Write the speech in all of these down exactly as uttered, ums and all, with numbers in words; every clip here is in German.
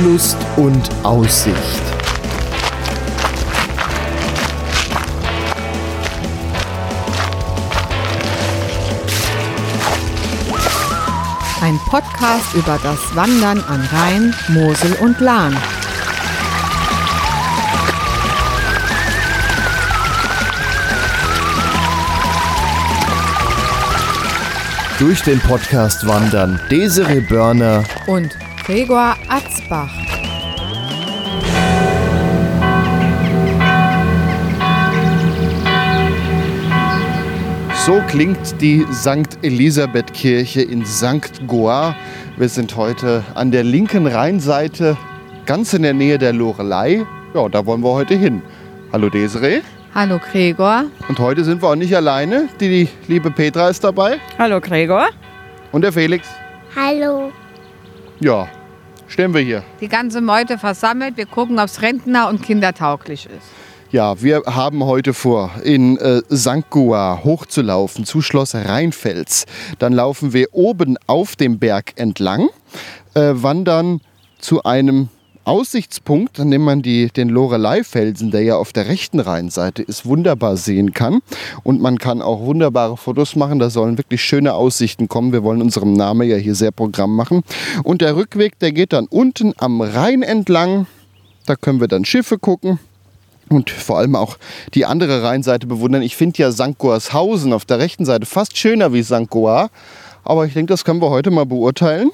Wanderlust und Aussicht. Ein Podcast über das Wandern an Rhein, Mosel und Lahn. Durch den Podcast wandern Desiree Börner und Gregor Atzbach. So klingt die Sankt Elisabeth-Kirche in Sankt Goar. Wir sind heute an der linken Rheinseite, ganz in der Nähe der Loreley. Ja, da wollen wir heute hin. Hallo Desiree. Hallo Gregor. Und heute sind wir auch nicht alleine. Die, die liebe Petra ist dabei. Hallo Gregor. Und der Felix. Hallo. Ja, stehen wir hier. Die ganze Meute versammelt. Wir gucken, ob es rentner- und kindertauglich ist. Ja, wir haben heute vor, in äh, Sankt Goar hochzulaufen zu Schloss Rheinfels. Dann laufen wir oben auf dem Berg entlang, äh, wandern zu einem Aussichtspunkt, an dem man die, den Loreley-Felsen, der ja auf der rechten Rheinseite ist, wunderbar sehen kann. Und man kann auch wunderbare Fotos machen. Da sollen wirklich schöne Aussichten kommen. Wir wollen unserem Namen ja hier sehr Programm machen. Und der Rückweg, der geht dann unten am Rhein entlang. Da können wir dann Schiffe gucken. Und vor allem auch die andere Rheinseite bewundern. Ich finde ja Sankt Goarshausen auf der rechten Seite fast schöner wie Sankt Goar. Aber ich denke, das können wir heute mal beurteilen.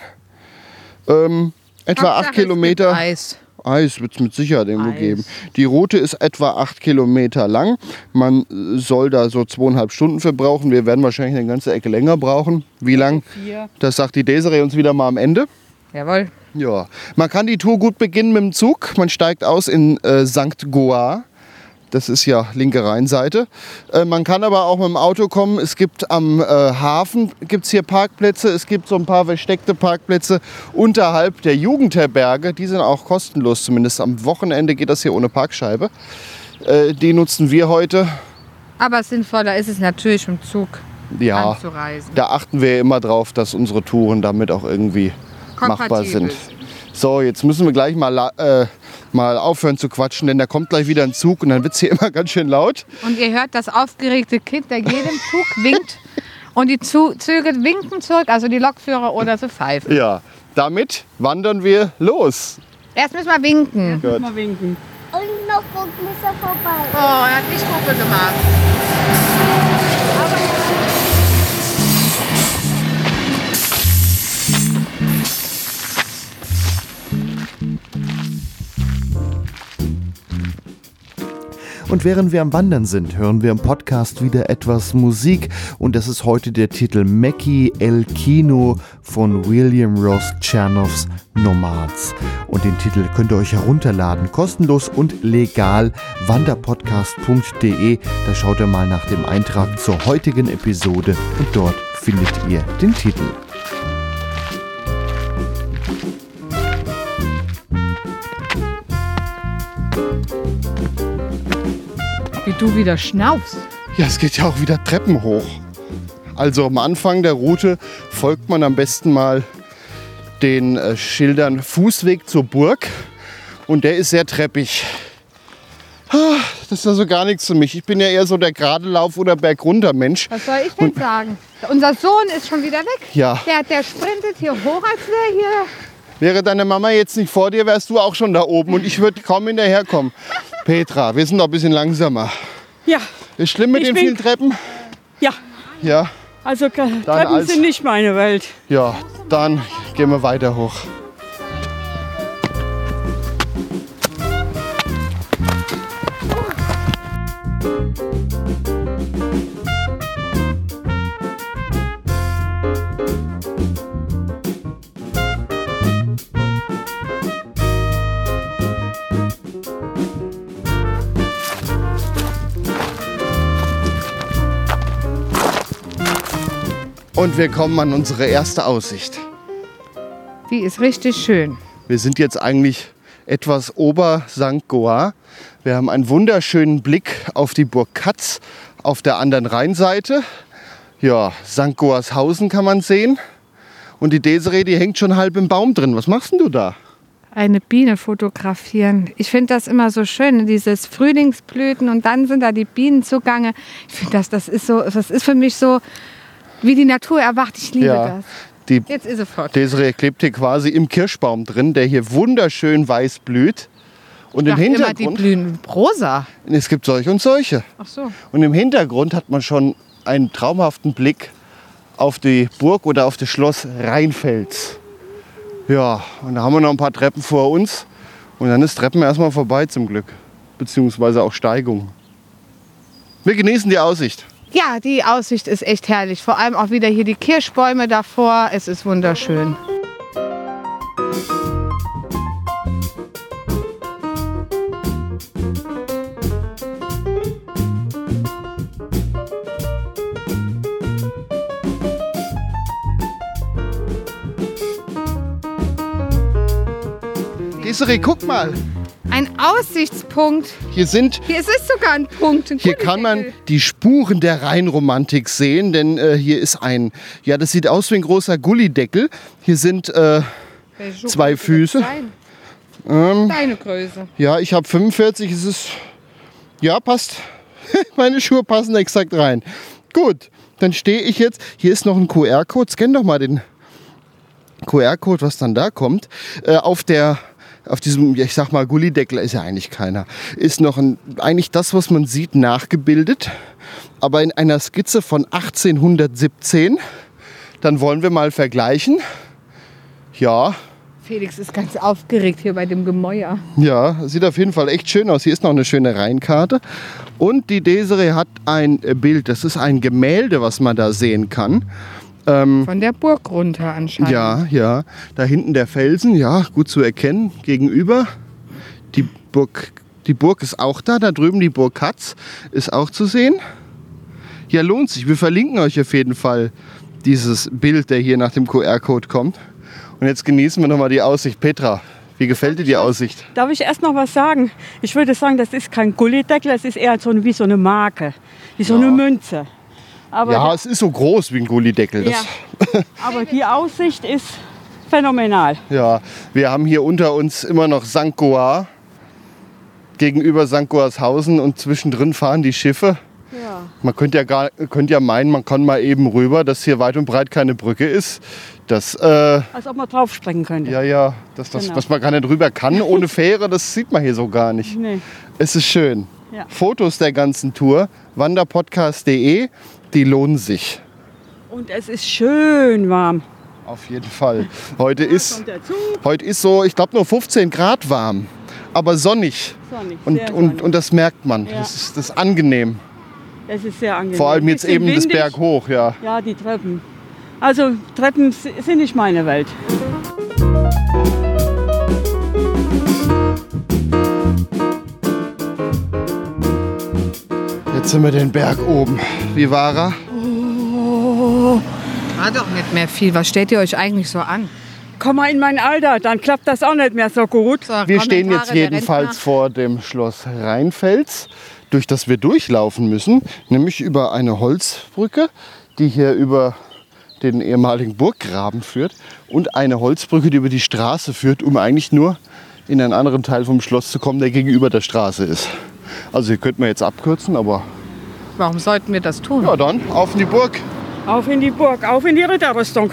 Ähm, etwa acht Kilometer. Eis. Eis wird es mit Sicherheit irgendwo Eis. geben. Die Route ist etwa acht Kilometer lang. Man soll da so zweieinhalb Stunden für brauchen. Wir werden wahrscheinlich eine ganze Ecke länger brauchen. Wie lang? Vier. Das sagt die Desiree uns wieder mal am Ende. Jawohl. Ja, man kann die Tour gut beginnen mit dem Zug. Man steigt aus in äh, Sankt Goar. Das ist ja linke Rheinseite. Äh, man kann aber auch mit dem Auto kommen. Es gibt am äh, Hafen gibt's hier Parkplätze. Es gibt so ein paar versteckte Parkplätze unterhalb der Jugendherberge. Die sind auch kostenlos, zumindest am Wochenende geht das hier ohne Parkscheibe. Äh, die nutzen wir heute. Aber sinnvoller ist es natürlich, mit dem Zug Ja, anzureisen. da achten wir immer drauf, dass unsere Touren damit auch irgendwie machbar sind. So, jetzt müssen wir gleich mal, äh, mal aufhören zu quatschen, denn da kommt gleich wieder ein Zug und dann wird es hier immer ganz schön laut. Und ihr hört das aufgeregte Kind, der jedem Zug winkt. Und die Zu- Züge winken zurück, also die Lokführer oder sie pfeifen. Ja, damit wandern wir los. Erst müssen wir winken. Gut. Mal winken. Und noch gucken ist er vorbei. Oh, er hat nicht Kuppel gemacht. Und während wir am Wandern sind, hören wir im Podcast wieder etwas Musik. Und das ist heute der Titel Mackie El Kino von William Ross Chernoffs Nomads. Und den Titel könnt ihr euch herunterladen, kostenlos und legal, wanderpodcast punkt de. Da schaut ihr mal nach dem Eintrag zur heutigen Episode und dort findet ihr den Titel. Wie du wieder schnaufst. Ja, es geht ja auch wieder Treppen hoch. Also am Anfang der Route folgt man am besten mal den äh, Schildern Fußweg zur Burg. Und der ist sehr treppig. Ah, das ist also gar nichts für mich. Ich bin ja eher so der gerade Lauf- oder Bergunter-Mensch. Was soll ich denn sagen? Unser Sohn ist schon wieder weg. Ja. Der, der sprintet hier hoch, als wäre hier. Wäre deine Mama jetzt nicht vor dir, wärst du auch schon da oben und ich würde kaum hinterherkommen. Petra, wir sind doch ein bisschen langsamer. Ja, Ist schlimm mit Ich den bin- vielen Treppen? ja. Ja. Also Tre- Treppen als- sind nicht meine Welt. Ja, dann gehen wir weiter hoch. Und wir kommen an unsere erste Aussicht. Die ist richtig schön. Wir sind jetzt eigentlich etwas ober Sankt Goar. Wir haben einen wunderschönen Blick auf die Burg Katz auf der anderen Rheinseite. Ja, Sankt Goarshausen kann man sehen. Und die Desiree, die hängt schon halb im Baum drin. Was machst denn du da? eine Biene fotografieren. Ich finde das immer so schön, dieses Frühlingsblüten und dann sind da die Bienen zugange. Ich finde das, das ist so, das ist für mich so, wie die Natur erwacht. Ich liebe Ja. das. Die Jetzt ist es fort. Desiree klebt hier quasi im Kirschbaum drin, der hier wunderschön weiß blüht. Und Ich im dachte immer, die Hintergrund, blühen rosa. es gibt solche und solche. Ach so. Und im Hintergrund hat man schon einen traumhaften Blick auf die Burg oder auf das Schloss Rheinfels. Ja, und da haben wir noch ein paar Treppen vor uns. Und dann ist Treppen erstmal vorbei zum Glück. Beziehungsweise auch Steigung. Wir genießen die Aussicht. Ja, die Aussicht ist echt herrlich. Vor allem auch wieder hier die Kirschbäume davor. Es ist wunderschön. Desiree, guck mal. Ein Aussichtspunkt. Hier sind Hier ist es sogar ein Punkt. Ein Hier kann man Gullideckel. die Spuren der Rheinromantik sehen, denn äh, hier ist ein, ja, das sieht aus wie ein großer Gullideckel. Hier sind, äh, Welche zwei Größe? Füße. Klein. ähm, Kleine Größe. ja, ich habe fünfundvierzig, es ist, ja, passt. Meine Schuhe passen exakt rein. Gut, dann stehe ich jetzt, hier ist noch ein Q R-Code, scan doch mal den Q R-Code, was dann da kommt. Äh, auf der Auf diesem, ja, ich sag mal, Gullideckel ist ja eigentlich keiner. Ist noch ein, eigentlich das, was man sieht, nachgebildet. Aber in einer Skizze von achtzehnhundertsiebzehn. Dann wollen wir mal vergleichen. Ja, Felix ist ganz aufgeregt hier bei dem Gemäuer. ja, sieht auf jeden Fall echt schön aus. Hier ist noch eine schöne Rheinkarte. Und die Desiree hat ein Bild. Das ist ein Gemälde, was man da sehen kann. Von der Burg runter anscheinend. Ja, ja. Da hinten der Felsen, ja, gut zu erkennen. Gegenüber. Die Burg, die Burg ist auch da. Da drüben die Burg Katz ist auch zu sehen. Ja, lohnt sich. Wir verlinken euch auf jeden Fall dieses Bild, der hier nach dem Q R-Code kommt. Und jetzt genießen wir nochmal die Aussicht. Petra, wie gefällt dir die Aussicht? Darf ich erst noch was sagen? Ich würde sagen, das ist kein Gullideckel, das ist eher so wie so eine Marke, wie so Ja. eine Münze. Aber, Ja, es ist so groß wie ein Gullideckel. Das, ja. Aber die Aussicht ist phänomenal. ja, wir haben hier unter uns immer noch Sankt Goar. Gegenüber Sankt Goarshausen und zwischendrin fahren die Schiffe. Ja. Man könnte ja, gar, könnte ja meinen, man kann mal eben rüber, dass hier weit und breit keine Brücke ist. Das, äh, Als ob man draufspringen könnte. ja, ja, dass das, Genau. was man gar nicht rüber kann ohne Fähre, das sieht man hier so gar nicht. Nee. Es ist schön. Ja. Fotos der ganzen Tour, wanderpodcast punkt de, die lohnen sich. Und es ist schön warm. Auf jeden Fall. Heute ist, Kommt der Zug. heute ist so, ich glaube, nur fünfzehn Grad warm, aber sonnig. Sonnig, Und, sehr und, sonnig. und das merkt man. Ja. Das, ist, das ist angenehm. Es ist sehr angenehm. Vor allem jetzt Bisschen eben das windig. Berg hoch. Ja. Ja, die Treppen. Also Treppen s- sind nicht meine Welt. Jetzt sind wir den Berg oben. Wie war er? War doch nicht mehr viel. Was stellt ihr euch eigentlich so an? Komm mal in mein Alter, dann klappt das auch nicht mehr so gut. So, Wir stehen Kommentare jetzt der jedenfalls Rentner. vor dem Schloss Rheinfels, durch das wir durchlaufen müssen, nämlich über eine Holzbrücke, die hier über den ehemaligen Burggraben führt und eine Holzbrücke, die über die Straße führt, um eigentlich nur in einen anderen Teil vom Schloss zu kommen, der gegenüber der Straße ist. Also hier könnte man jetzt abkürzen, aber Warum sollten wir das tun? ja dann, auf in die Burg. Auf in die Burg, auf in die Ritterrüstung.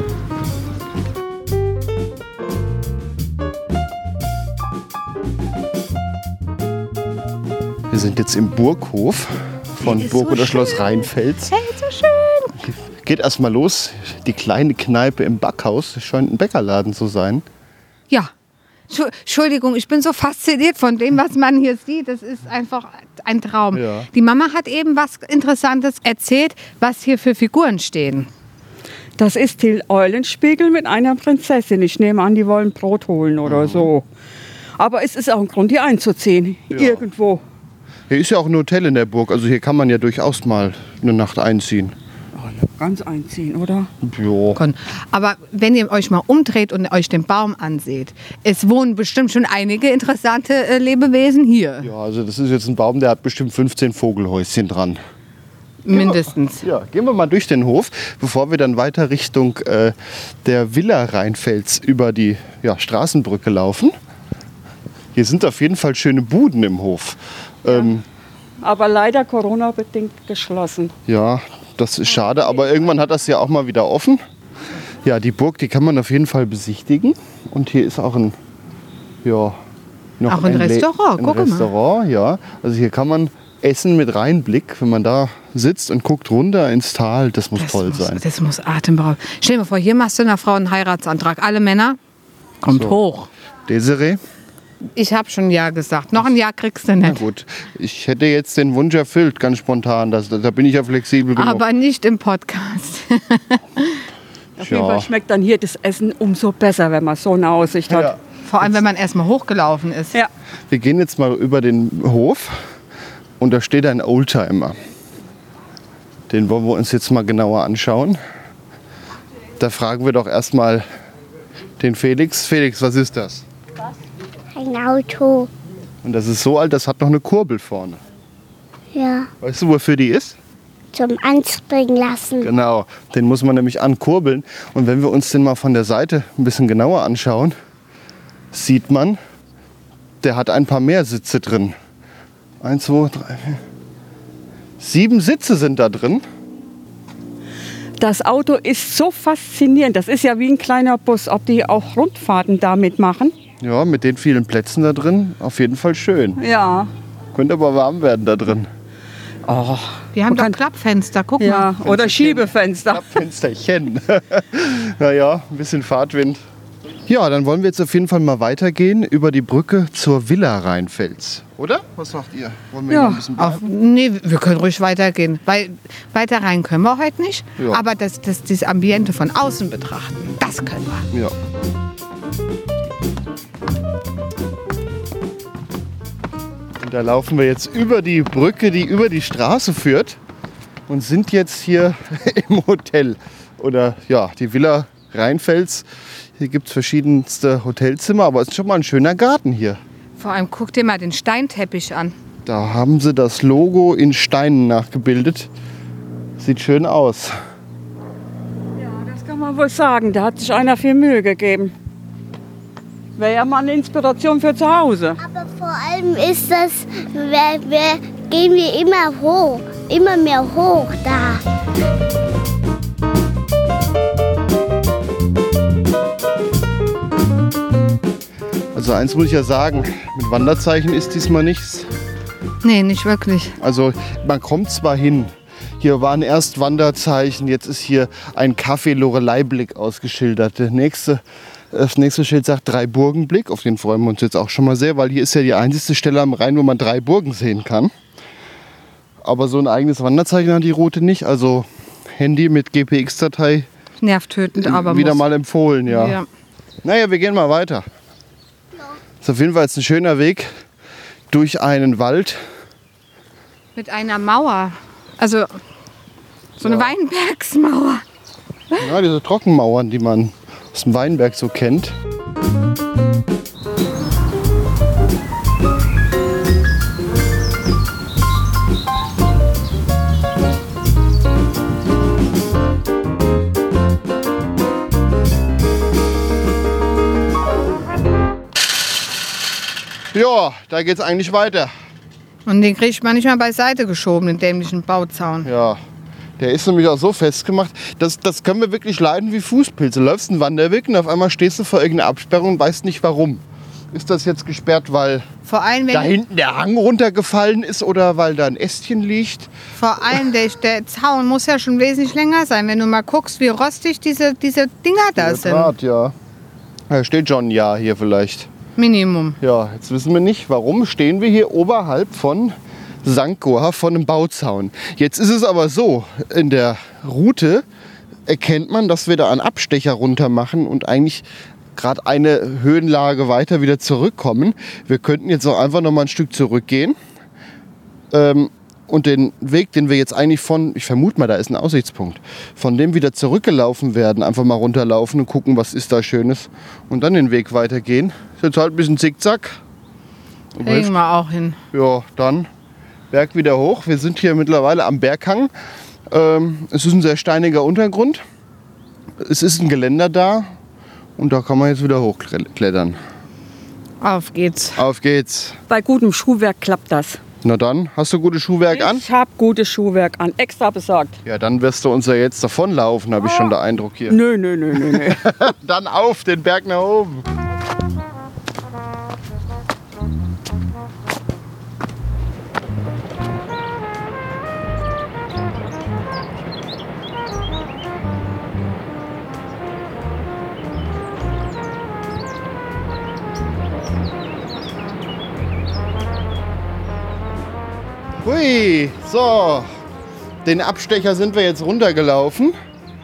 Wir sind jetzt im Burghof von ist Burg so oder Schloss schön. Rheinfels. Hey, so schön. Geht erstmal los. Die kleine Kneipe im Backhaus. Das scheint ein Bäckerladen zu sein. Ja. Entschu- Entschuldigung, ich bin so fasziniert von dem, was man hier sieht. Das ist einfach ein Traum. Ja. Die Mama hat eben was Interessantes erzählt, was hier für Figuren stehen. Das ist Till Eulenspiegel mit einer Prinzessin. Ich nehme an, die wollen Brot holen oder so. Aber es ist auch ein Grund, hier einzuziehen. Ja. Irgendwo. Hier ist ja auch ein Hotel in der Burg. Also hier kann man ja durchaus mal eine Nacht einziehen. Ganz einziehen, oder? Jo. Kon- Aber wenn ihr euch mal umdreht und euch den Baum anseht, es wohnen bestimmt schon einige interessante äh, Lebewesen hier. Ja, also das ist jetzt ein Baum, der hat bestimmt fünfzehn Vogelhäuschen dran. mindestens. Ja, gehen wir mal durch den Hof, bevor wir dann weiter Richtung äh, der Villa Rheinfels über die ja, Straßenbrücke laufen. Hier sind auf jeden Fall schöne Buden im Hof. Ja, ähm, aber leider Corona-bedingt geschlossen. Ja, das ist schade, aber irgendwann hat das ja auch mal wieder offen. Ja, die Burg, die kann man auf jeden Fall besichtigen. Und hier ist auch ein, ja, noch auch ein, ein Restaurant, ein guck mal. Restaurant, ja. Also hier kann man essen mit Rheinblick, wenn man da sitzt und guckt runter ins Tal. Das muss das toll muss, sein. Das muss atemberaubend. Stell dir mal vor, hier machst du einer Frau einen Heiratsantrag. Alle Männer, kommt so. hoch. Desiree? Ich habe schon Ja gesagt. Noch ein Ja kriegst du Na nicht. gut, ich hätte jetzt den Wunsch erfüllt, ganz spontan. Das, da bin ich ja flexibel genug. Aber nicht im Podcast. Auf jeden Fall schmeckt dann hier das Essen umso besser, wenn man so eine Aussicht hat. Ja. Vor allem, wenn man erstmal hochgelaufen ist. Ja. Wir gehen jetzt mal über den Hof und da steht ein Oldtimer. Den wollen wir uns jetzt mal genauer anschauen. Da fragen wir doch erstmal den Felix. Felix, was ist das? Ein Auto. Und das ist so alt, das hat noch eine Kurbel vorne. Ja. Weißt du, wofür die ist? Zum Anspringen lassen. Genau, den muss man nämlich ankurbeln. Und wenn wir uns den mal von der Seite ein bisschen genauer anschauen, sieht man, der hat ein paar mehr Sitze drin. Eins, zwei, drei, vier. Sieben Sitze sind da drin. Das Auto ist so faszinierend. Das ist ja wie ein kleiner Bus. Ob die auch Rundfahrten damit machen? Ja, mit den vielen Plätzen da drin, auf jeden Fall schön. Ja. Könnte aber warm werden da drin. Oh. Wir haben Man doch Klappfenster, guck Ja, mal. oder Schiebefenster. Fensterchen. Naja, ein bisschen Fahrtwind. Ja, dann wollen wir jetzt auf jeden Fall mal weitergehen über die Brücke zur Villa Rheinfels. Oder? Was sagt ihr? Wollen wir Ja. hier ein bisschen Auf, bleiben? nee, wir können ruhig weitergehen. Weil weiter rein können wir heute nicht. Ja. Aber das, das, dieses Ambiente von außen betrachten, das können wir. Ja. Und da laufen wir jetzt über die Brücke, die über die Straße führt und sind jetzt hier im Hotel. Oder ja, die Villa Rheinfels. Hier gibt es verschiedenste Hotelzimmer, aber es ist schon mal ein schöner Garten hier. Vor allem guck dir mal den Steinteppich an. Da haben sie das Logo in Steinen nachgebildet. Sieht schön aus. Ja, das kann man wohl sagen. Da hat sich einer viel Mühe gegeben. Wäre ja mal eine Inspiration für zu Hause. Aber vor allem ist das, wir, wir, gehen wir immer hoch, immer mehr hoch da. Also eins muss ich ja sagen, mit Wanderzeichen ist diesmal nichts. Nee, nicht wirklich. Also man kommt zwar hin, hier waren erst Wanderzeichen, jetzt ist hier ein Café-Lorelei-Blick ausgeschildert. Der nächste, das nächste Schild sagt Drei-Burgen-Blick, auf den freuen wir uns jetzt auch schon mal sehr, weil hier ist ja die einzige Stelle am Rhein, wo man drei Burgen sehen kann. Aber so ein eigenes Wanderzeichen hat die Route nicht, also Handy mit G P X-Datei Nervtötend, aber wieder muss. mal empfohlen, ja. Ja. Naja, wir gehen mal weiter. Ist auf jeden Fall jetzt ein schöner Weg durch einen Wald. Mit einer Mauer. Also so eine Ja. Weinbergsmauer. Ja, diese Trockenmauern, die man aus dem Weinberg so kennt. Ja, da geht's eigentlich weiter. Und den kriegt man nicht mal beiseite geschoben, den dämlichen Bauzaun. Ja, der ist nämlich auch so festgemacht. Das, das können wir wirklich leiden wie Fußpilze. Du läufst einen Wanderweg und auf einmal stehst du vor irgendeiner Absperrung und weißt nicht warum. Ist das jetzt gesperrt, weil Vor allem, wenn da hinten der Hang runtergefallen ist oder weil da ein Ästchen liegt? Vor allem der, der Zaun muss ja schon wesentlich länger sein, wenn du mal guckst, wie rostig diese, diese Dinger da Der sind. Draht, ja. Da steht schon ein Jahr hier vielleicht. Minimum. Ja, jetzt wissen wir nicht, warum stehen wir hier oberhalb von Sankt Goar von einem Bauzaun. Jetzt ist es aber so, in der Route erkennt man, dass wir da einen Abstecher runter machen und eigentlich gerade eine Höhenlage weiter wieder zurückkommen. Wir könnten jetzt auch einfach noch mal ein Stück zurückgehen ähm, und den Weg, den wir jetzt eigentlich von, ich vermute mal, da ist ein Aussichtspunkt, von dem wieder zurückgelaufen werden, einfach mal runterlaufen und gucken, was ist da Schönes und dann den Weg weitergehen. Ist jetzt halt ein bisschen zickzack. Aber Kriegen wir auch hin. ja, dann Berg wieder hoch. Wir sind hier mittlerweile am Berghang. Ähm, es ist ein sehr steiniger Untergrund. Es ist ein Geländer da und da kann man jetzt wieder hochklettern. Auf geht's. Auf geht's. Bei gutem Schuhwerk klappt das. Na dann, hast du gutes Schuhwerk an? Ich habe gutes Schuhwerk an, extra besorgt. Ja, dann wirst du uns ja jetzt davonlaufen, habe ich schon den Eindruck hier. Nö, nö, nö, nö, nö. Dann auf den Berg nach oben. Hui, so, den Abstecher sind wir jetzt runtergelaufen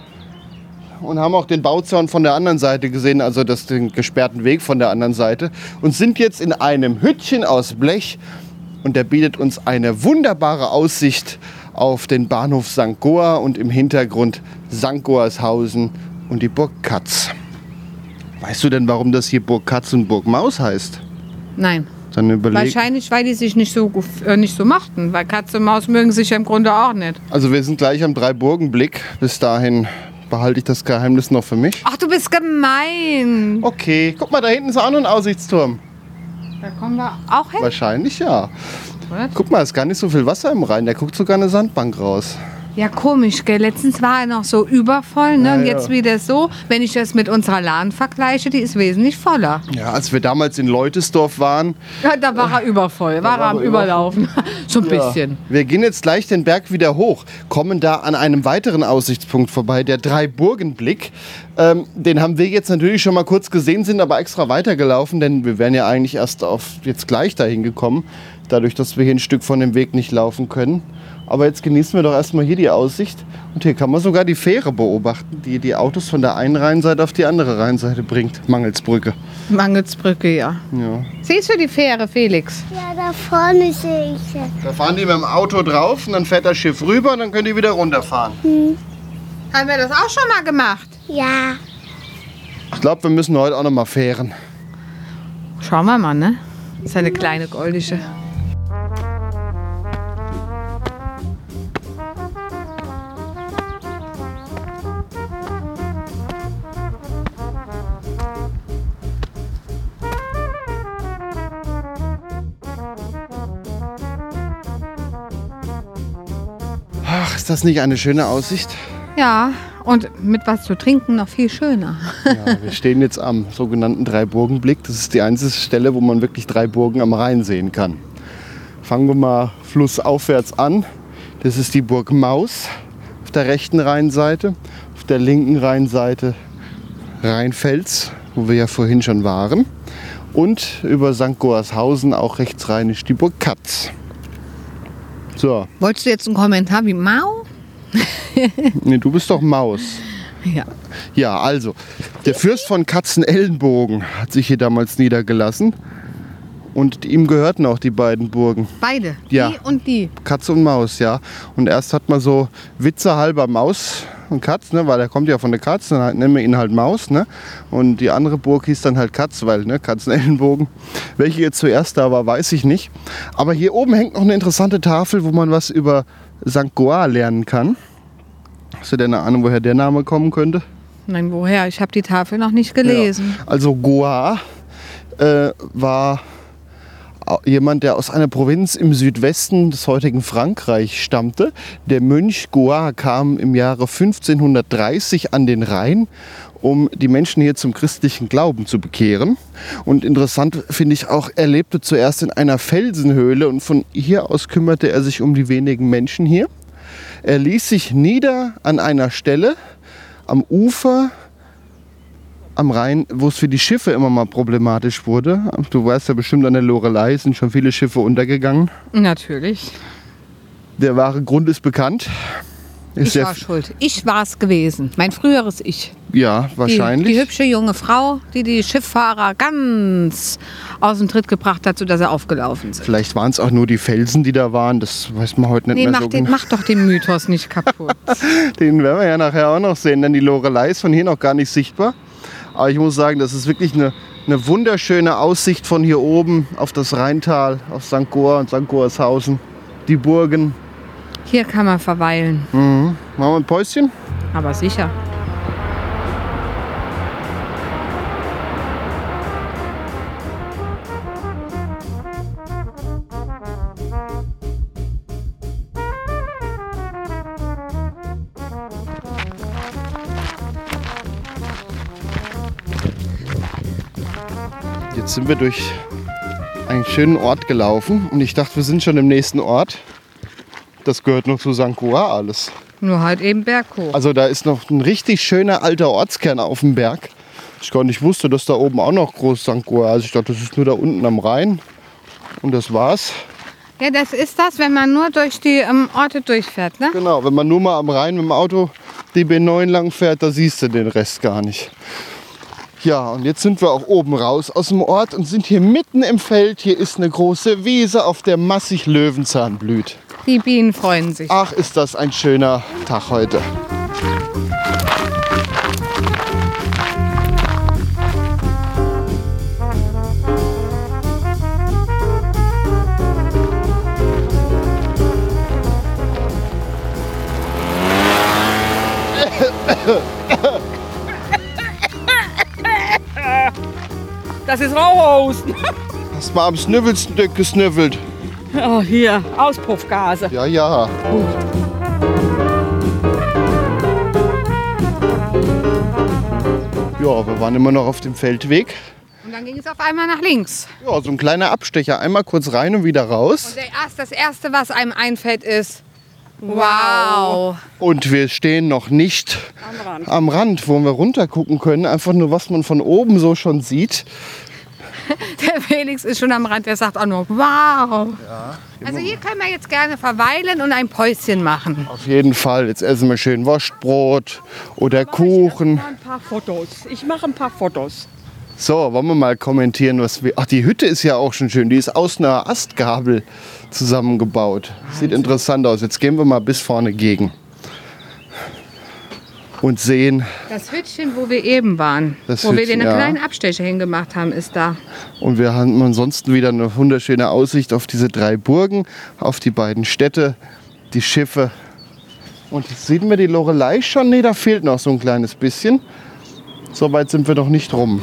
und haben auch den Bauzaun von der anderen Seite gesehen, also das, den gesperrten Weg von der anderen Seite und sind jetzt in einem Hüttchen aus Blech und der bietet uns eine wunderbare Aussicht auf den Bahnhof Sankt Goa und im Hintergrund Sankt Goarshausen und die Burg Katz. Weißt du denn, warum das hier Burg Katz und Burg Maus heißt? Nein. Dann überleg. Wahrscheinlich, weil die sich nicht so, äh, nicht so mochten. Weil Katze und Maus mögen sich ja im Grunde auch nicht. Also wir sind gleich am Drei-Burgen-Blick. Bis dahin behalte ich das Geheimnis noch für mich. Ach, du bist gemein. Okay, guck mal, da hinten ist auch noch ein Aussichtsturm. Da kommen wir auch hin. Wahrscheinlich ja. Was? Guck mal, ist gar nicht so viel Wasser im Rhein. Da guckt sogar eine Sandbank raus. Ja, komisch, gell? Letztens war er noch so übervoll, ne? Ja, Und ja. jetzt wieder so. Wenn ich das mit unserer Lahn vergleiche, die ist wesentlich voller. Ja, als wir damals in Leutesdorf waren. Ja, da war er übervoll, war er war am er Überlaufen. So ein bisschen. Wir gehen jetzt gleich den Berg wieder hoch, kommen da an einem weiteren Aussichtspunkt vorbei, der Drei-Burgen-Blick. Ähm, den haben wir jetzt natürlich schon mal kurz gesehen, sind aber extra weitergelaufen, denn wir wären ja eigentlich erst auf jetzt gleich dahin gekommen, dadurch, dass wir hier ein Stück von dem Weg nicht laufen können. Aber jetzt genießen wir doch erstmal hier die Aussicht. Und hier kann man sogar die Fähre beobachten, die die Autos von der einen Rheinseite auf die andere Rheinseite bringt. Mangelsbrücke. Mangelsbrücke, ja. Ja. Siehst du die Fähre, Felix? Ja, da vorne sehe ich es. Da fahren die mit dem Auto drauf und dann fährt das Schiff rüber und dann können die wieder runterfahren. Haben wir das auch schon mal gemacht? Ja. Ich glaube, wir müssen heute auch noch mal fähren. Schauen wir mal, ne? Das ist eine kleine goldische. Ach, ist das nicht eine schöne Aussicht? Ja, und mit was zu trinken noch viel schöner. Ja, wir stehen jetzt am sogenannten Drei-Burgen-Blick. Das ist die einzige Stelle, wo man wirklich drei Burgen am Rhein sehen kann. Fangen wir mal flussaufwärts an. Das ist die Burg Maus auf der rechten Rheinseite. Auf der linken Rheinseite Rheinfels, wo wir ja vorhin schon waren. Und über Sankt Goarshausen, auch rechtsrheinisch, die Burg Katz. So, Wolltest du jetzt einen Kommentar wie Mau? nee, du bist doch Maus. Ja. Ja, also, der Fürst von Katzenellenbogen hat sich hier damals niedergelassen. Und ihm gehörten auch die beiden Burgen. Beide. Ja. Die und die. Katze und Maus, ja. Und erst hat man so Witze halber Maus und Katz, ne, weil er kommt ja von der Katze, dann halt, nennen wir ihn halt Maus. Ne? Und die andere Burg hieß dann halt Katz, weil ne, Katzenellenbogen. Welche jetzt zuerst da war, weiß ich nicht. Aber hier oben hängt noch eine interessante Tafel, wo man was über Sankt Goar lernen kann. Hast du denn eine Ahnung, woher der Name kommen könnte? Nein, woher? Ich habe die Tafel noch nicht gelesen. Ja. Also Goar äh, war jemand, der aus einer Provinz im Südwesten des heutigen Frankreich stammte. Der Mönch Goar kam im Jahre fünfzehnhundertdreißig an den Rhein, um die Menschen hier zum christlichen Glauben zu bekehren. Und interessant finde ich auch, er lebte zuerst in einer Felsenhöhle und von hier aus kümmerte er sich um die wenigen Menschen hier. Er ließ sich nieder an einer Stelle am Ufer am Rhein, wo es für die Schiffe immer mal problematisch wurde. Du weißt ja bestimmt, an der Loreley sind schon viele Schiffe untergegangen. Natürlich. Der wahre Grund ist bekannt. Ist Ich sehr war schuld. Ich war es gewesen. Mein früheres Ich. Ja, wahrscheinlich. Die, die hübsche junge Frau, die die Schifffahrer ganz aus dem Tritt gebracht hat, sodass sie aufgelaufen sind. Vielleicht waren es auch nur die Felsen, die da waren. Das weiß man heute nicht Nee, mehr mach, so den, genau. mach doch den Mythos nicht kaputt. Den werden wir ja nachher auch noch sehen, denn die Loreley ist von hier noch gar nicht sichtbar. Aber ich muss sagen, das ist wirklich eine, eine wunderschöne Aussicht von hier oben auf das Rheintal, auf Sankt Goar und Sankt Goarshausen. die Burgen. Hier kann man verweilen. Mhm. Machen wir ein Päuschen? Aber sicher. Jetzt sind wir durch einen schönen Ort gelaufen und ich dachte, wir sind schon im nächsten Ort. Das gehört noch zu Sankt Goar alles. Nur halt eben berghoch. Also da ist noch ein richtig schöner alter Ortskern auf dem Berg. Ich gar nicht wusste, dass da oben auch noch groß Sankt Goar ist. Also ich dachte, das ist nur da unten am Rhein. Und das war's. Ja, das ist das, wenn man nur durch die ähm, Orte durchfährt, ne? Genau, wenn man nur mal am Rhein mit dem Auto die B neun lang fährt, da siehst du den Rest gar nicht. Ja, und jetzt sind wir auch oben raus aus dem Ort und sind hier mitten im Feld. Hier ist eine große Wiese, auf der massig Löwenzahn blüht. Die Bienen freuen sich. Ach, ist das ein schöner Tag heute. Das ist Rauchhusten. Hast mal am Snüffelstück gesnüffelt. Oh, hier, Auspuffgase. Ja, ja. Ja, wir waren immer noch auf dem Feldweg. Und dann ging es auf einmal nach links. Ja, so ein kleiner Abstecher. Einmal kurz rein und wieder raus. Und der erst, das Erste, was einem einfällt, ist wow. Und wir stehen noch nicht Am Rand. am Rand, wo wir runter gucken können. Einfach nur, was man von oben so schon sieht. Der Felix ist schon am Rand, der sagt auch nur wow. Also hier können wir jetzt gerne verweilen und ein Päuschen machen. Auf jeden Fall. Jetzt essen wir schön Wurstbrot oder Kuchen. Ich mache ein paar Fotos. Ich mache ein paar Fotos. So, wollen wir mal kommentieren, was wir... Ach, die Hütte ist ja auch schon schön. Die ist aus einer Astgabel zusammengebaut. Sieht interessant aus. Jetzt gehen wir mal bis vorne gegen. Und sehen... Das Hütchen, wo wir eben waren, Das wo wir Hütchen, den ja. kleinen Abstecher hingemacht haben, ist da. Und wir haben ansonsten wieder eine wunderschöne Aussicht auf diese drei Burgen, auf die beiden Städte, die Schiffe. Und jetzt sehen wir die Lorelei schon. Nee, da fehlt noch so ein kleines bisschen. So weit sind wir noch nicht rum.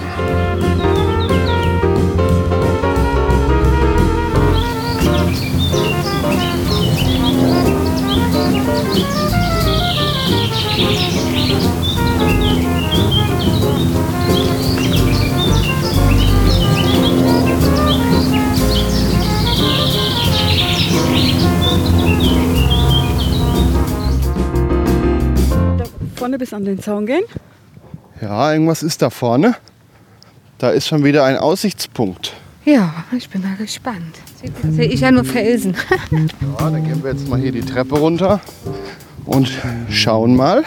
Vorne bis an den Zaun gehen. Ja, irgendwas ist da vorne. Da ist schon wieder ein Aussichtspunkt. Ja, ich bin mal gespannt. Sehe ich ja nur Felsen. Ja, dann gehen wir jetzt mal hier die Treppe runter und schauen mal.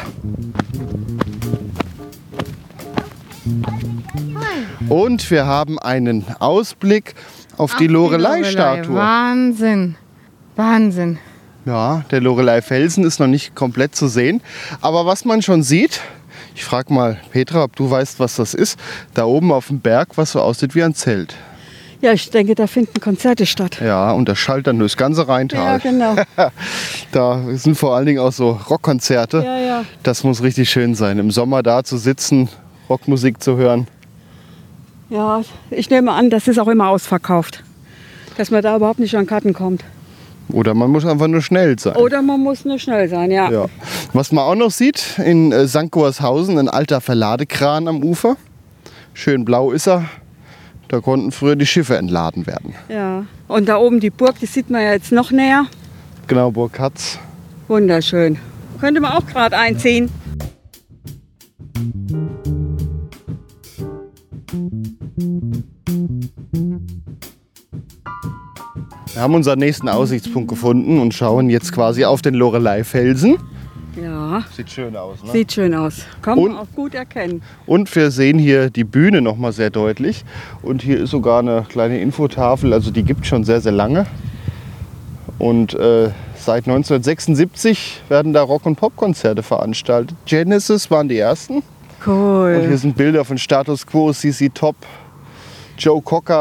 Und wir haben einen Ausblick auf die Lorelei-Statue. Wahnsinn. Wahnsinn. Ja, der Lorelei-Felsen ist noch nicht komplett zu sehen. Aber was man schon sieht, ich frage mal Petra, ob du weißt, was das ist, da oben auf dem Berg, was so aussieht wie ein Zelt. Ja, ich denke, da finden Konzerte statt. Ja, und das schallt dann durchs ganze Ja, Rheintal. genau. Da sind vor allen Dingen auch so Rockkonzerte. Ja, ja. Das muss richtig schön sein, im Sommer da zu sitzen, Rockmusik zu hören. Ja, ich nehme an, das ist auch immer ausverkauft. Dass man da überhaupt nicht an Karten kommt. Oder man muss einfach nur schnell sein. Oder man muss nur schnell sein, ja. Ja. Was man auch noch sieht, in äh, Sankt Goarshausen, ein alter Verladekran am Ufer. Schön blau ist er. Da konnten früher die Schiffe entladen werden. Ja. Und da oben die Burg, die sieht man ja jetzt noch näher. Genau, Burg Hatz. Wunderschön. Könnte man auch gerade einziehen. Wir haben unseren nächsten Aussichtspunkt gefunden und schauen jetzt quasi auf den Lorelei-Felsen. Ja, Sieht schön aus, ne? sieht schön aus. Kann Und- man auch gut erkennen. Und wir sehen hier die Bühne noch mal sehr deutlich. Und hier ist sogar eine kleine Infotafel, also die gibt es schon sehr, sehr lange. Und äh, seit neunzehnhundertsechsundsiebzig werden da Rock- und Popkonzerte veranstaltet. Genesis waren die ersten. Und hier Cool. sind Bilder von Status Quo, C C Top, Joe Cocker,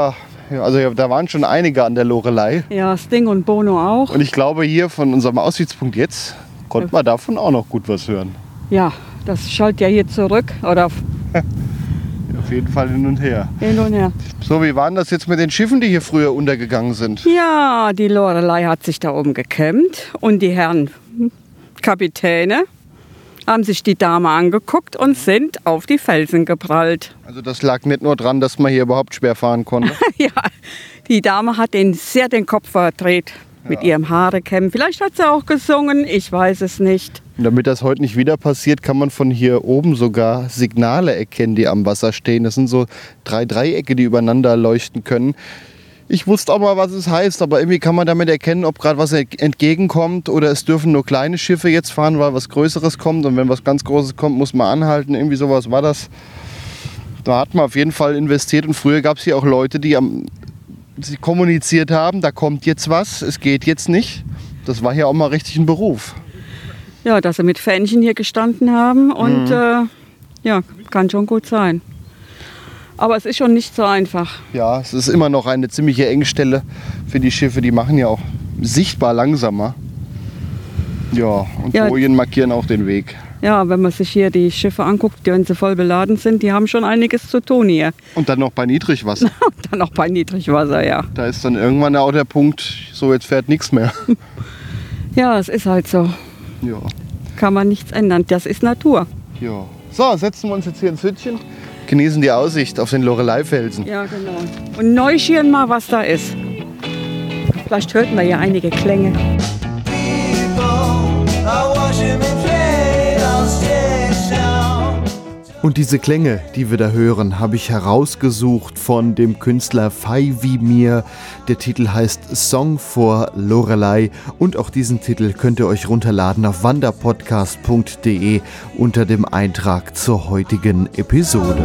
Ja, also da waren schon einige an der Loreley. Ja, Sting und Bono auch. Und ich glaube, hier von unserem Aussichtspunkt jetzt konnte man davon auch noch gut was hören. Ja, das schallt ja hier zurück oder Auf jeden Fall hin und her. hin und her. So, wie war denn das jetzt mit den Schiffen, die hier früher untergegangen sind? Ja, die Loreley hat sich da oben gekämmt und die Herren Kapitäne haben sich die Dame angeguckt und sind auf die Felsen geprallt. Also das lag nicht nur dran, dass man hier überhaupt schwer fahren konnte. Ja, die Dame hat den sehr den Kopf verdreht mit ihrem Haarekämmen. Vielleicht hat sie auch gesungen, ich weiß es nicht. Und damit das heute nicht wieder passiert, kann man von hier oben sogar Signale erkennen, die am Wasser stehen. Das sind so drei Dreiecke, die übereinander leuchten können. Ich wusste auch mal, was es heißt, aber irgendwie kann man damit erkennen, ob gerade was entgegenkommt oder es dürfen nur kleine Schiffe jetzt fahren, weil was Größeres kommt. Und wenn was ganz Großes kommt, muss man anhalten. Irgendwie sowas war das. Da hat man auf jeden Fall investiert. Und früher gab es hier auch Leute, die am, die kommuniziert haben, da kommt jetzt was, es geht jetzt nicht. Das war hier auch mal richtig ein Beruf. Ja, dass sie mit Fähnchen hier gestanden haben und Mhm. äh, ja, kann schon gut sein. Aber es ist schon nicht so einfach. Ja, es ist immer noch eine ziemliche Engstelle für die Schiffe. Die machen ja auch sichtbar langsamer. Ja, und Ja. Bojen markieren auch den Weg. Ja, wenn man sich hier die Schiffe anguckt, die, wenn sie voll beladen sind, die haben schon einiges zu tun hier. Und dann noch bei Niedrigwasser. Und dann auch bei Niedrigwasser, ja. Da ist dann irgendwann auch der Punkt, so jetzt fährt nichts mehr. Ja, es ist halt so. Ja, Kann man nichts ändern. Das ist Natur. ja. So, setzen wir uns jetzt hier ins Hütchen. Genießen die Aussicht auf den Loreley-Felsen. Ja, genau. Und neuschieren mal, was da ist. Vielleicht hört man ja einige Klänge. Und diese Klänge, die wir da hören, habe ich herausgesucht von dem Künstler Fay Mir. Der Titel heißt Song for Loreley und auch diesen Titel könnt ihr euch runterladen auf wanderpodcast punkt de unter dem Eintrag zur heutigen Episode.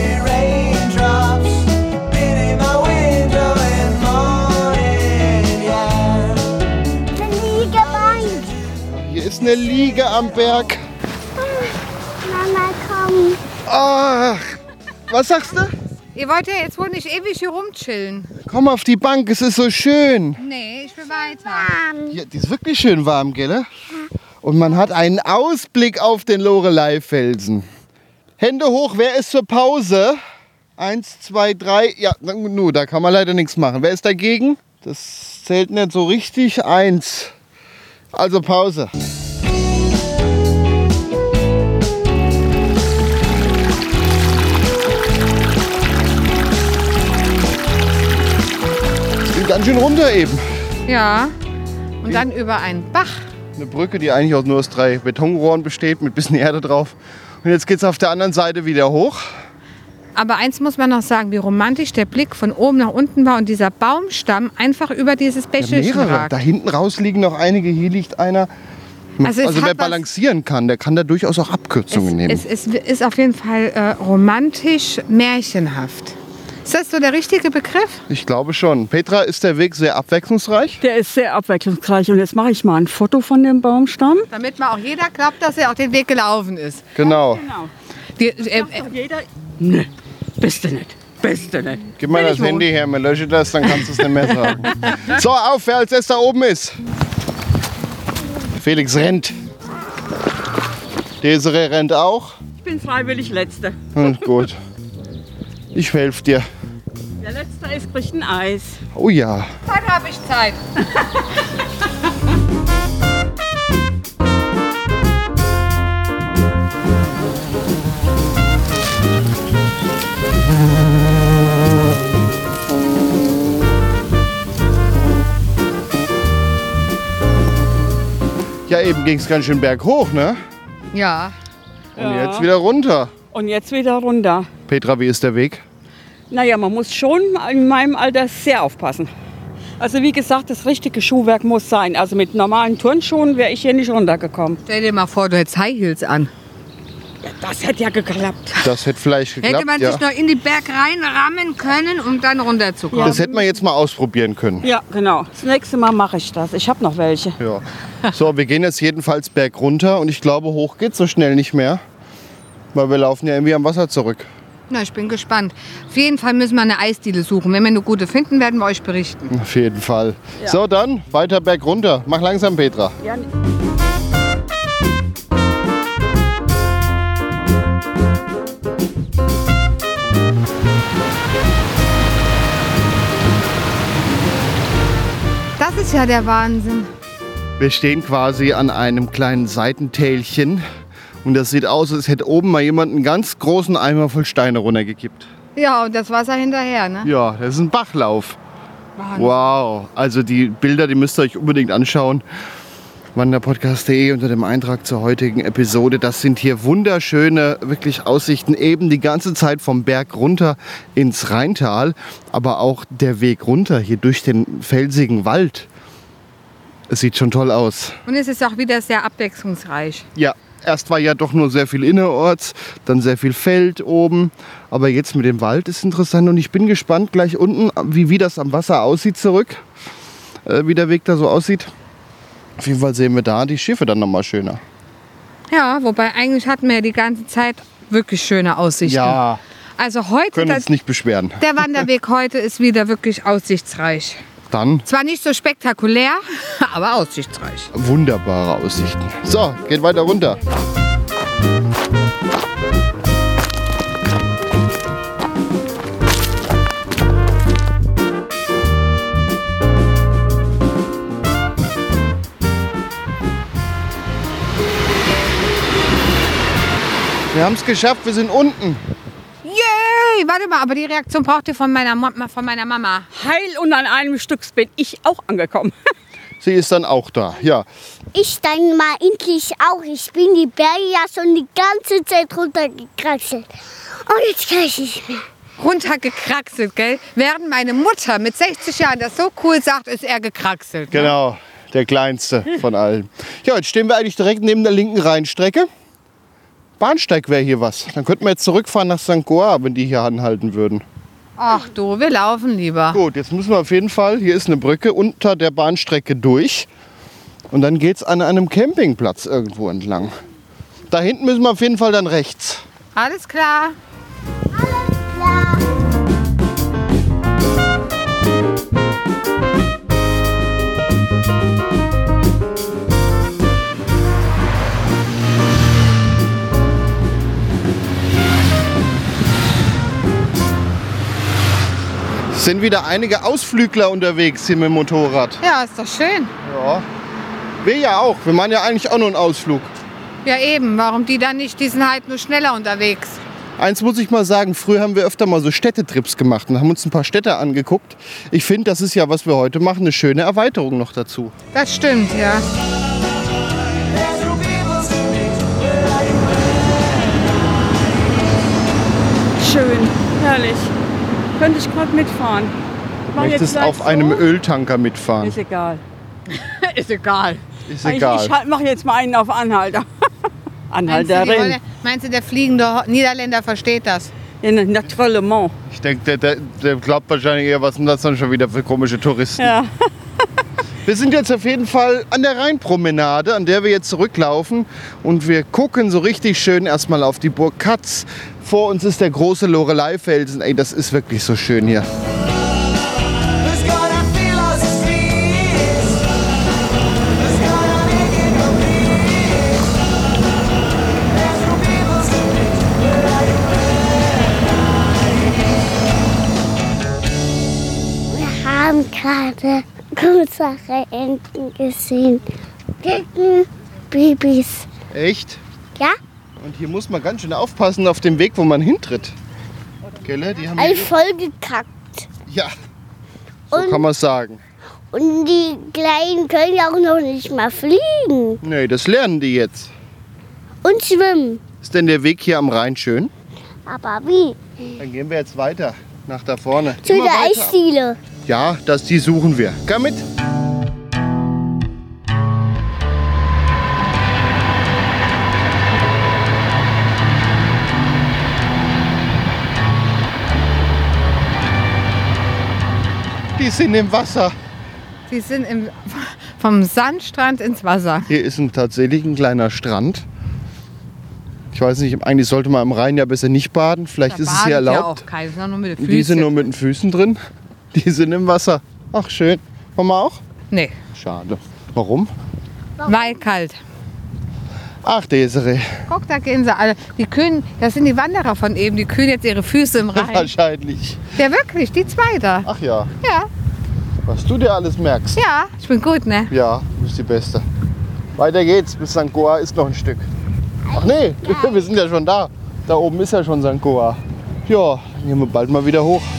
Eine Liegebank. Hier ist eine Liege am Berg. Mama, komm. Ach, was sagst du? Ihr wollt ja jetzt wohl nicht ewig hier rumchillen. Komm auf die Bank, es ist so schön. Nee, ich will weiter. Ja, die ist wirklich schön warm, gell? Und man hat einen Ausblick auf den Loreley-Felsen. Hände hoch, wer ist zur Pause? Eins, zwei, drei. Ja, nu, da kann man leider nichts machen. Wer ist dagegen? Das zählt nicht so richtig. Eins. Also Pause. Ganz schön runter eben. Ja. Und dann über einen Bach. Eine Brücke, die eigentlich auch nur aus drei Betonrohren besteht, mit bisschen Erde drauf. Und jetzt geht es auf der anderen Seite wieder hoch. Aber eins muss man noch sagen, wie romantisch der Blick von oben nach unten war und dieser Baumstamm einfach über dieses Ja, Bächelchen mehrere. ragt. Da hinten raus liegen noch einige. Hier liegt einer. Also Also, es wer hat was- balancieren kann, der kann da durchaus auch Abkürzungen nehmen. Es, es, es ist auf jeden Fall äh, romantisch, märchenhaft. Ist das so der richtige Begriff? Ich glaube schon. Petra, ist der Weg sehr abwechslungsreich? Der ist sehr abwechslungsreich. Und jetzt mache ich mal ein Foto von dem Baumstamm. Damit mal auch jeder glaubt, dass er auch den Weg gelaufen ist. Genau. Genau. Wir, äh, äh, Jeder. Ne, bist du nicht. Bist du nicht. Gib mal Will das ich wohl. Handy her, mir lösche das, dann kannst du es nicht mehr sagen. So, auf, wer als erster oben ist. Felix rennt. Desiree rennt auch. Ich bin freiwillig Letzte. Und gut. Ich helfe dir. Der Letzte ist, kriegt ein Eis. Oh ja. Zeit habe ich Zeit. Ja, eben ging es ganz schön berghoch, ne? Ja. Und Ja. jetzt wieder runter. Und jetzt wieder runter. Petra, wie ist der Weg? Naja, man muss schon in meinem Alter sehr aufpassen. Also wie gesagt, das richtige Schuhwerk muss sein. Also mit normalen Turnschuhen wäre ich hier nicht runtergekommen. Stell dir mal vor, du hättest High Heels an. Ja, das hätte ja geklappt. Das hätte vielleicht geklappt. Hätte man ja. sich noch in die Berg reinrammen können, um dann runterzukommen. Das hätte man jetzt mal ausprobieren können. Ja, genau. Das nächste Mal mache ich das. Ich habe noch welche. Ja. So, wir gehen jetzt jedenfalls berg runter und ich glaube, hoch geht so schnell nicht mehr. Weil wir laufen ja irgendwie am Wasser zurück. Na, ich bin gespannt. Auf jeden Fall müssen wir eine Eisdiele suchen. Wenn wir eine gute finden, werden wir euch berichten. Auf jeden Fall. Ja. So, dann weiter berg runter. Mach langsam, Petra. Ja. Das ist ja der Wahnsinn. Wir stehen quasi an einem kleinen Seitentälchen. Und das sieht aus, als hätte oben mal jemand einen ganz großen Eimer voll Steine runtergekippt. Ja, und das Wasser hinterher, ne? Ja, das ist ein Bachlauf. Wahnsinn. Wow. Also die Bilder, die müsst ihr euch unbedingt anschauen. wanderpodcast punkt de unter dem Eintrag zur heutigen Episode. Das sind hier wunderschöne, wirklich Aussichten. Eben die ganze Zeit vom Berg runter ins Rheintal. Aber auch der Weg runter hier durch den felsigen Wald. Es sieht schon toll aus. Und es ist auch wieder sehr abwechslungsreich. Ja, erst war ja doch nur sehr viel innerorts, dann sehr viel Feld oben. Aber jetzt mit dem Wald ist interessant. Und ich bin gespannt gleich unten, wie, wie das am Wasser aussieht zurück. Äh, wie der Weg da so aussieht. Auf jeden Fall sehen wir da die Schiffe dann nochmal schöner. Ja, wobei eigentlich hatten wir ja die ganze Zeit wirklich schöne Aussichten. Ja, Also heute, können das, uns nicht beschweren. der Wanderweg heute ist wieder wirklich aussichtsreich. Dann Zwar nicht so spektakulär, aber aussichtsreich. wunderbare Aussichten. So, geht weiter runter. Wir haben es geschafft, wir sind unten. Yay! Warte mal, aber die Reaktion braucht ihr von meiner, Mo- von meiner Mama. Heil und an einem Stück bin ich auch angekommen. Sie ist dann auch da. Ja, Ich dann mal endlich auch. Ich bin die Berge ja schon die ganze Zeit runtergekraxelt. Und jetzt kann ich nicht mehr. Runtergekraxelt, gell? Während meine Mutter mit sechzig Jahren das so cool sagt, ist er gekraxelt. Ne? genau. Der kleinste von allen. Ja, jetzt stehen wir eigentlich direkt neben der linken Rheinstrecke. Bahnsteig wäre hier was. Dann könnten wir jetzt zurückfahren nach Sankt Goar, wenn die hier anhalten würden. Ach du, wir laufen lieber. Gut, jetzt müssen wir auf jeden Fall, hier ist eine Brücke unter der Bahnstrecke durch. Und dann geht es an einem Campingplatz irgendwo entlang. Da hinten müssen wir auf jeden Fall dann rechts. Alles klar. Es sind wieder einige Ausflügler unterwegs hier mit dem Motorrad. Ja, ist doch schön. Ja. Wir ja auch. Wir machen ja eigentlich auch nur einen Ausflug. Ja eben, warum die dann nicht? Die sind halt nur schneller unterwegs. Eins muss ich mal sagen, früher haben wir öfter mal so Städtetrips gemacht und haben uns ein paar Städte angeguckt. Ich finde, das ist ja, was wir heute machen, eine schöne Erweiterung noch dazu. Das stimmt, ja. Schön, herrlich. Könnte ich gerade mitfahren. Mach Du möchtest gleich auf so. einem Öltanker mitfahren. Ist egal. Ist egal. Ist Ich, egal. ich mache jetzt mal einen auf Anhalter. Meinst du, die Anhalterin. wollen, meinst du, der fliegende Niederländer versteht das? In Naturellement. Ich denke, der, der, der glaubt wahrscheinlich eher, was sind das dann schon wieder für komische Touristen. Ja. Wir sind jetzt auf jeden Fall an der Rheinpromenade, an der wir jetzt zurücklaufen. Und wir gucken so richtig schön erstmal auf die Burg Katz. Vor uns ist der große Lorelei-Felsen. Ey, das ist wirklich so schön hier. Who's gonna feel us squeeze? Who's gonna make it complete? There's no people sleeping, but I Wir haben gerade größere Enten gesehen. Gegen Babys. Echt? Ja? Und hier muss man ganz schön aufpassen auf dem Weg, wo man hintritt. Gell? Die haben All hier, voll gekackt. ja, so Und- kann man sagen. Und die Kleinen können ja auch noch nicht mal fliegen. Nee, das lernen die jetzt. Und schwimmen. Ist denn der Weg hier am Rhein schön? Aber wie? Dann gehen wir jetzt weiter, nach da vorne. Zu Immer der weiter. Eisdiele. Ja, das, die suchen wir. Komm mit. Die sind im Wasser. Die sind im, vom Sandstrand ins Wasser. Hier ist ein, tatsächlich ein kleiner Strand. Ich weiß nicht, eigentlich sollte man am Rhein ja besser nicht baden. Vielleicht Da ist es hier badet ja erlaubt. auch keiner, sondern nur mit den Füßen. Die sind nur mit den Füßen drin. Die sind im Wasser. Ach, schön. Wollen wir auch? Nee, Schade. Warum? weil kalt. Ach, Desiree. Guck, da gehen sie alle. Die kühlen, das sind die Wanderer von eben, die kühlen jetzt ihre Füße im Rhein. Wahrscheinlich. Ja, wirklich, die zwei da. Ach ja, Ja, was du dir alles merkst. ja, ich bin gut, ne? Ja, du bist die Beste. Weiter geht's, bis Sankt Goa ist noch ein Stück. Ach nee, wir sind ja schon da. Da oben ist ja schon Sankt Goa. Ja, dann gehen wir bald mal wieder hoch.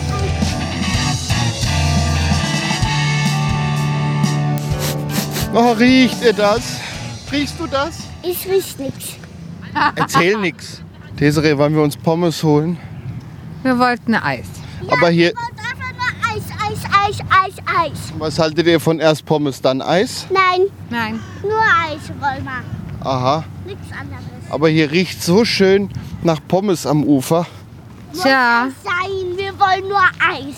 Oh, riecht ihr das? Riechst du das? Ich riech nichts. Erzähl nix. Desiree, wollen wir uns Pommes holen? Wir wollten Eis. Aber hier, Ich wollte einfach nur Eis, Eis, Eis, Eis, Eis. was haltet ihr von erst Pommes, dann Eis? Nein, Nein. nur Eis wollen wir. Aha. Nichts anderes. Aber hier riecht so schön nach Pommes am Ufer. Tja, Sein, wir wollen nur Eis.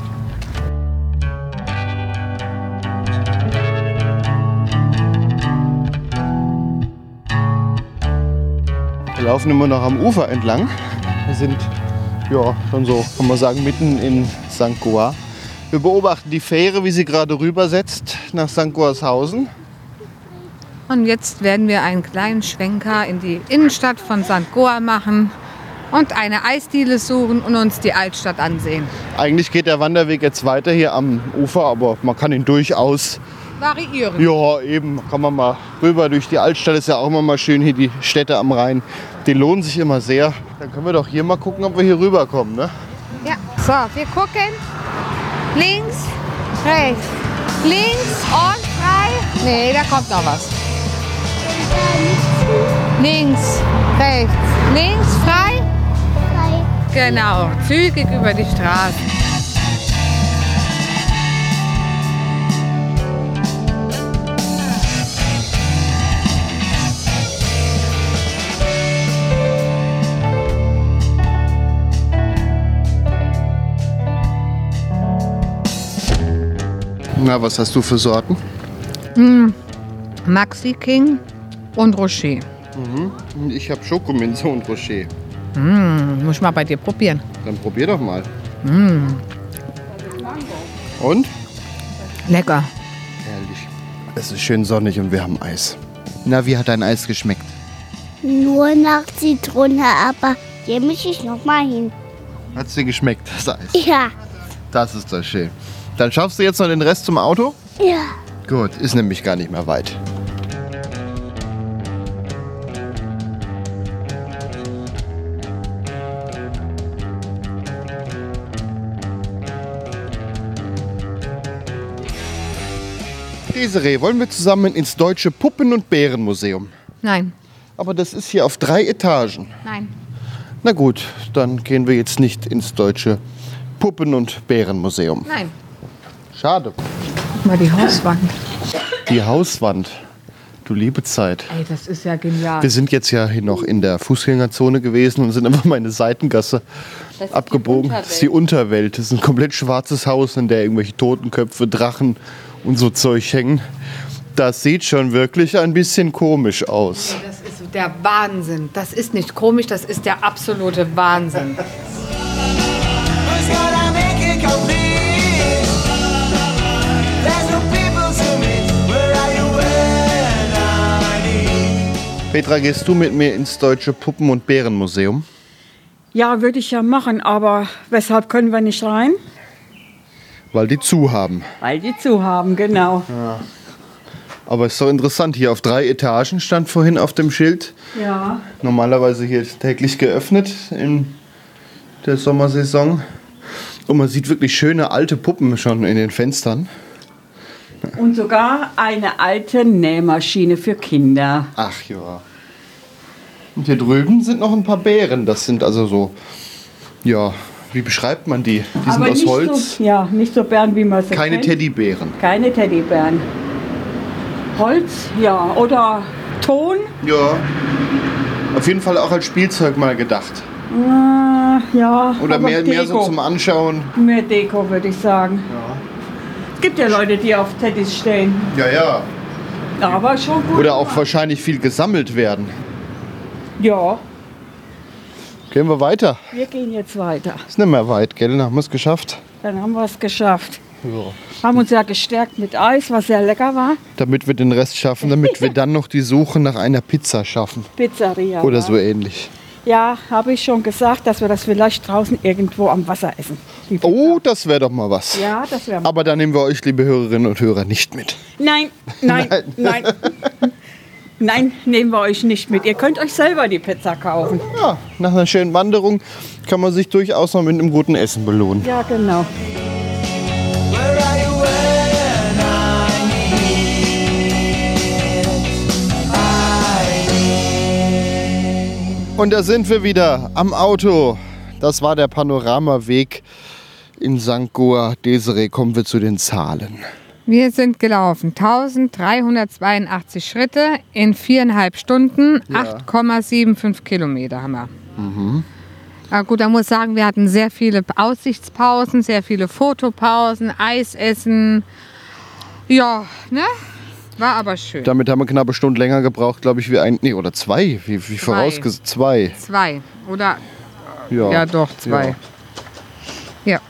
Wir laufen immer noch am Ufer entlang. Wir sind ja schon so, kann man sagen, mitten in Sankt Goa. Wir beobachten die Fähre, wie sie gerade rübersetzt nach Sankt Goarshausen. und jetzt werden wir einen kleinen Schwenker in die Innenstadt von Sankt Goa machen und eine Eisdiele suchen und uns die Altstadt ansehen. Eigentlich geht der Wanderweg jetzt weiter hier am Ufer, aber man kann ihn durchaus, Variieren. ja eben, kann man mal rüber durch die Altstadt. Ist ja auch immer mal schön hier, die Städte am Rhein. Die lohnen sich immer sehr. Dann können wir doch hier mal gucken, ob wir hier rüberkommen, ne? Ja. So, wir gucken. Links, rechts. Links und frei. Nee, da kommt noch was. Links, rechts. Links, frei. Genau, zügig über die Straße. Na, was hast du für Sorten? Maxi King und Rocher. Ich habe Schokominze und Rocher. Hm, muss ich mal bei dir probieren. Dann probier doch mal. Und? Lecker. Herrlich. Es ist schön sonnig und wir haben Eis. Na, wie hat dein Eis geschmeckt? Nur nach Zitrone, aber hier muss ich noch mal hin. Hat's dir geschmeckt, das Eis? Ja, Das ist doch schön. Dann schaffst du jetzt noch den Rest zum Auto? ja. Gut, ist nämlich gar nicht mehr weit. Desiree, wollen wir zusammen ins Deutsche Puppen- und Bärenmuseum? Nein, Aber das ist hier auf drei Etagen. nein. Na gut, dann gehen wir jetzt nicht ins Deutsche Puppen- und Bärenmuseum. Nein. Schade. Guck mal die Hauswand. Die Hauswand. Du liebe Zeit. Ey, das ist ja genial. Wir sind jetzt ja hier noch in der Fußgängerzone gewesen und sind einfach mal in eine Seitengasse Das ist abgebogen. die Das ist die Unterwelt. Das ist ein komplett schwarzes Haus, in der irgendwelche Totenköpfe, Drachen und so Zeug hängen. Das sieht schon wirklich ein bisschen komisch aus. Das ist der Wahnsinn. Das ist nicht komisch, das ist der absolute Wahnsinn. Who's gonna make it complete? There's no people to meet. Where are you when I need? Petra, gehst du mit mir ins Deutsche Puppen- und Bärenmuseum? Ja, würde ich ja machen, aber weshalb können wir nicht rein? Weil die zu haben. Weil die zu haben, genau. Aber ist doch interessant. Hier auf drei Etagen stand vorhin auf dem Schild. Ja. Normalerweise hier täglich geöffnet in der Sommersaison. Und man sieht wirklich schöne alte Puppen schon in den Fenstern. Und sogar eine alte Nähmaschine für Kinder. Ach ja. Und hier drüben sind noch ein paar Bären. Das sind also so, ja, wie beschreibt man die? Die sind aus nicht Holz. So, ja, nicht so Bären, wie man sie Keine kennt. Teddybären. Keine Teddybären. Holz, ja, oder Ton. Ja. Auf jeden Fall auch als Spielzeug mal gedacht. Äh, ja. Oder aber mehr, mehr so Deko. zum Anschauen. Mehr Deko, würde ich sagen. Es gibt ja Leute, die auf Teddys stehen. Ja, ja. Aber schon gut. Oder auch wahrscheinlich viel gesammelt werden. Ja, Gehen wir weiter. Wir gehen jetzt weiter. Ist nicht mehr weit, gell? Haben wir es geschafft? Dann haben wir es geschafft. Ja. Haben uns ja gestärkt mit Eis, was sehr lecker war. Damit wir den Rest schaffen, damit wir dann noch die Suche nach einer Pizza schaffen. Pizzeria. Oder ja. so ähnlich. Ja, habe ich schon gesagt, dass wir das vielleicht draußen irgendwo am Wasser essen. Die Pizza. Oh, das wäre doch mal was. Ja, das wäre. Aber da nehmen wir euch, liebe Hörerinnen und Hörer, nicht mit. Nein, nein, nein. Nein, nehmen wir euch nicht mit. Ihr könnt euch selber die Pizza kaufen. Ja, nach einer schönen Wanderung kann man sich durchaus noch mit einem guten Essen belohnen. Ja, genau. Where are you when I need? I need. Und da sind wir wieder am Auto. Das war der Panoramaweg in Sankt Goar. Desiree, kommen wir zu den Zahlen. Wir sind gelaufen eintausenddreihundertzweiundachtzig Schritte in viereinhalb Stunden, Ja. acht Komma fünfundsiebzig Kilometer haben wir. Ja, gut, da muss ich sagen, wir hatten sehr viele Aussichtspausen, sehr viele Fotopausen, Eisessen. Ja, ne? War aber schön. Damit haben wir knapp eine Stunde länger gebraucht, glaube ich, wie ein. Nee, oder zwei. Wie, wie vorausgesagt? Zwei. Zwei. Oder? Ja, Ja, doch, zwei. Ja. Ja.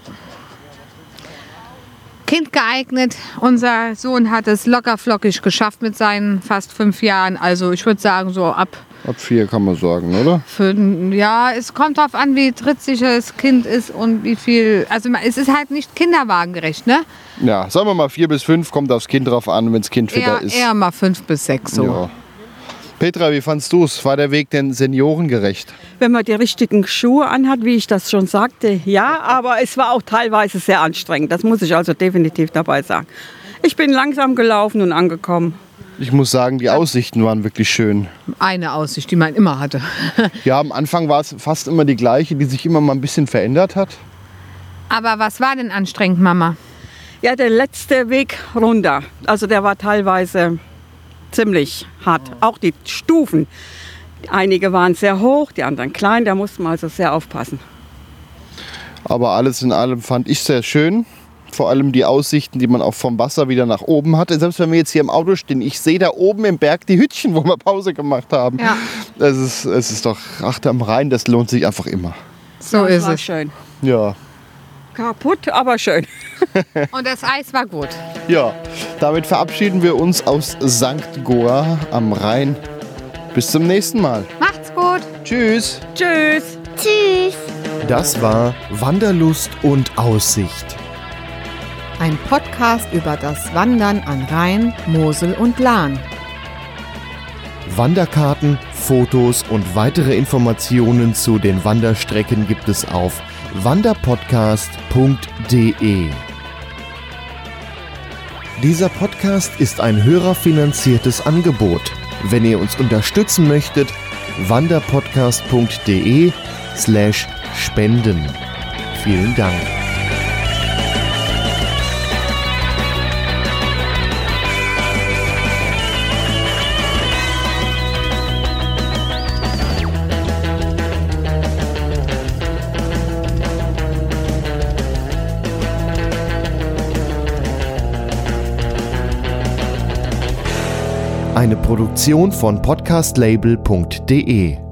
Kind geeignet. Unser Sohn hat es lockerflockig geschafft mit seinen fast fünf Jahren. Also ich würde sagen, so ab Ab vier kann man sagen, oder? fünf. Ja, es kommt darauf an, wie trittsicher das Kind ist und wie viel. Also es ist halt nicht kinderwagengerecht, ne? Ja, sagen wir mal vier bis fünf, kommt aufs Kind drauf an, wenn das Kind fitter Eher, ist. eher mal fünf bis sechs so. Ja. Petra, wie fandst du es? War der Weg denn seniorengerecht? Wenn man die richtigen Schuhe anhat, wie ich das schon sagte, ja, aber es war auch teilweise sehr anstrengend. Das muss ich also definitiv dabei sagen. Ich bin langsam gelaufen und angekommen. Ich muss sagen, die Aussichten waren wirklich schön. Eine Aussicht, die man immer hatte. Ja, am Anfang war es fast immer die gleiche, die sich immer mal ein bisschen verändert hat. Aber was war denn anstrengend, Mama? Ja, der letzte Weg runter, also der war teilweise ziemlich hart. Auch die Stufen. Einige waren sehr hoch, die anderen klein, da musste man also sehr aufpassen. Aber alles in allem fand ich sehr schön. Vor allem die Aussichten, die man auch vom Wasser wieder nach oben hatte. Selbst wenn wir jetzt hier im Auto stehen, ich sehe da oben im Berg die Hütchen, wo wir Pause gemacht haben. Ja. Es ist, es ist doch, ach, am Rhein, das lohnt sich einfach immer. So das ist war es. schön. Ja, Kaputt, aber schön. Und das Eis war gut. ja. Damit verabschieden wir uns aus Sankt Goar am Rhein. Bis zum nächsten Mal. Macht's gut. Tschüss. Tschüss. Tschüss. Das war Wanderlust und Aussicht. Ein Podcast über das Wandern an Rhein, Mosel und Lahn. Wanderkarten, Fotos und weitere Informationen zu den Wanderstrecken gibt es auf wanderpodcast punkt de. Dieser Podcast ist ein hörerfinanziertes Angebot. Wenn ihr uns unterstützen möchtet, wanderpodcast punkt de slash spenden. Vielen Dank. Eine Produktion von podcastlabel punkt de